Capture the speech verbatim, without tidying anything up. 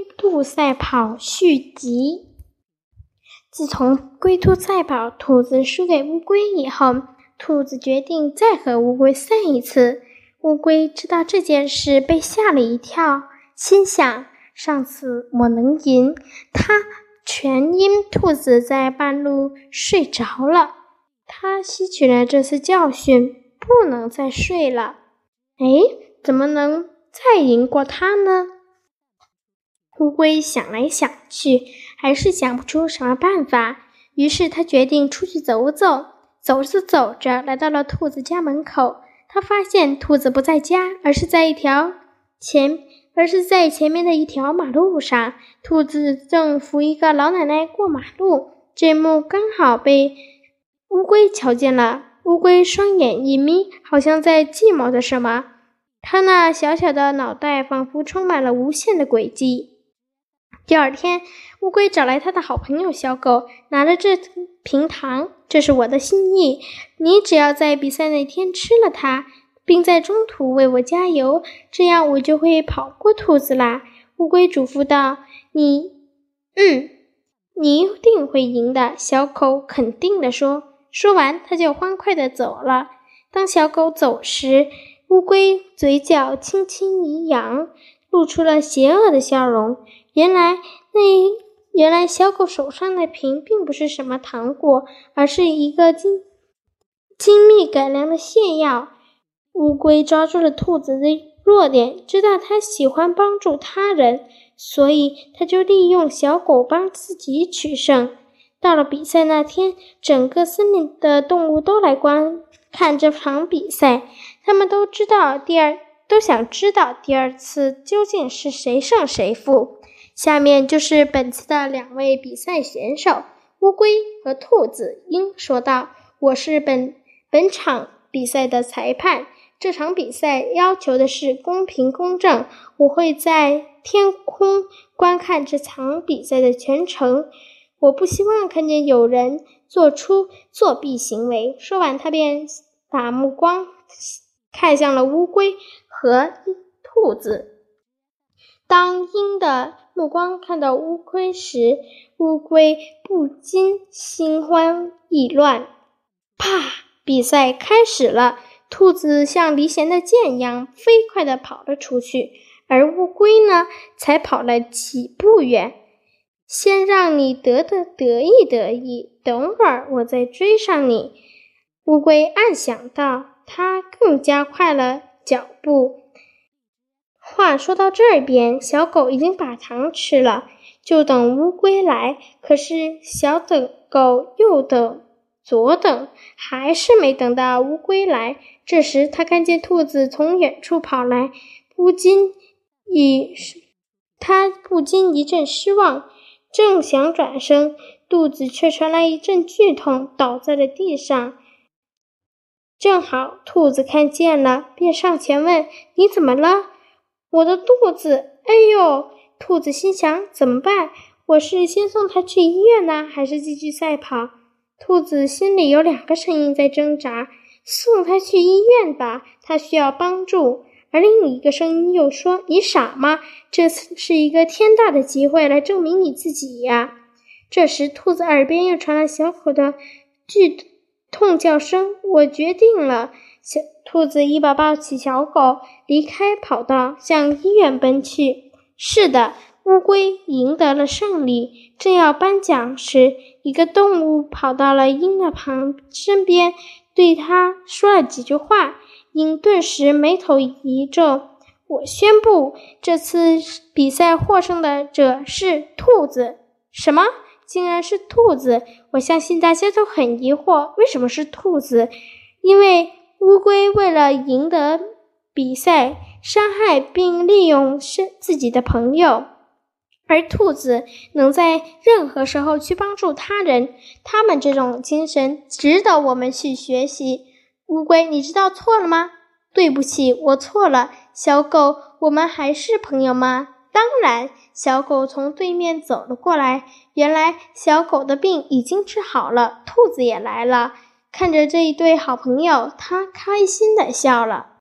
兔赛跑续集。自从龟兔赛跑兔子输给乌龟以后，兔子决定再和乌龟赛一次。乌龟知道这件事，被吓了一跳，心想上次我能赢，它全因兔子在半路睡着了。它吸取了这次教训，不能再睡了。哎，怎么能再赢过它呢？乌龟想来想去，还是想不出什么办法，于是他决定出去走走。走着走着，来到了兔子家门口。他发现兔子不在家，而是在一条前，而是在前面的一条马路上。兔子正扶一个老奶奶过马路，这幕刚好被乌龟瞧见了。乌龟双眼一眯，好像在计谋着什么。它那小小的脑袋仿佛充满了无限的诡计。第二天，乌龟找来他的好朋友小狗，拿了这瓶糖，这是我的心意，你只要在比赛那天吃了它，并在中途为我加油，这样我就会跑过兔子啦。乌龟嘱咐道：你，嗯，你一定会赢的，小狗肯定地说。说完，他就欢快地走了。当小狗走时，乌龟嘴角轻轻一扬，露出了邪恶的笑容。原来那原来小狗手上的瓶并不是什么糖果，而是一个精精密改良的泻药。乌龟抓住了兔子的弱点，知道它喜欢帮助他人，所以他就利用小狗帮自己取胜。到了比赛那天，整个森林的动物都来观看这场比赛，他们都知道第二都想知道第二次究竟是谁胜谁负。下面就是本次的两位比赛选手，乌龟和兔子。鹰说道：我是本本场比赛的裁判，这场比赛要求的是公平公正，我会在天空观看这场比赛的全程，我不希望看见有人做出作弊行为。说完，他便把目光看向了乌龟和兔子。当鹰的目光看到乌龟时，乌龟不禁心慌意乱。啪！比赛开始了，兔子像离弦的箭一样飞快地跑了出去，而乌龟呢，才跑了几步远。先让你得得得意得意，等会儿我再追上你。乌龟暗想道，它更加快了脚步。话说到这边，小狗已经把糖吃了，就等乌龟来。可是小等狗右等左等，还是没等到乌龟来。这时他看见兔子从远处跑来，不禁一他不禁一阵失望，正想转身，肚子却传来一阵剧痛，倒在了地上。正好兔子看见了，便上前问：你怎么了？我的肚子，哎呦！兔子心想，怎么办？我是先送它去医院呢，还是继续赛跑？兔子心里有两个声音在挣扎，送它去医院吧，它需要帮助。而另一个声音又说，你傻吗？这是一个天大的机会，来证明你自己呀！这时兔子耳边又传来小狗的剧痛叫声，我决定了。小兔子一把抱起小狗，离开跑道，向医院奔去。是的，乌龟赢得了胜利。正要颁奖时，一个动物跑到了鹰的旁身边，对他说了几句话。鹰顿时眉头一皱，我宣布，这次比赛获胜的者是兔子。什么？竟然是兔子！我相信大家都很疑惑，为什么是兔子？因为乌龟为了赢得比赛，伤害并利用自己的朋友，而兔子能在任何时候去帮助他人，他们这种精神值得我们去学习。乌龟，你知道错了吗？对不起，我错了。小狗，我们还是朋友吗？当然。小狗从对面走了过来，原来小狗的病已经治好了，兔子也来了。看着这一对好朋友，他开心地笑了。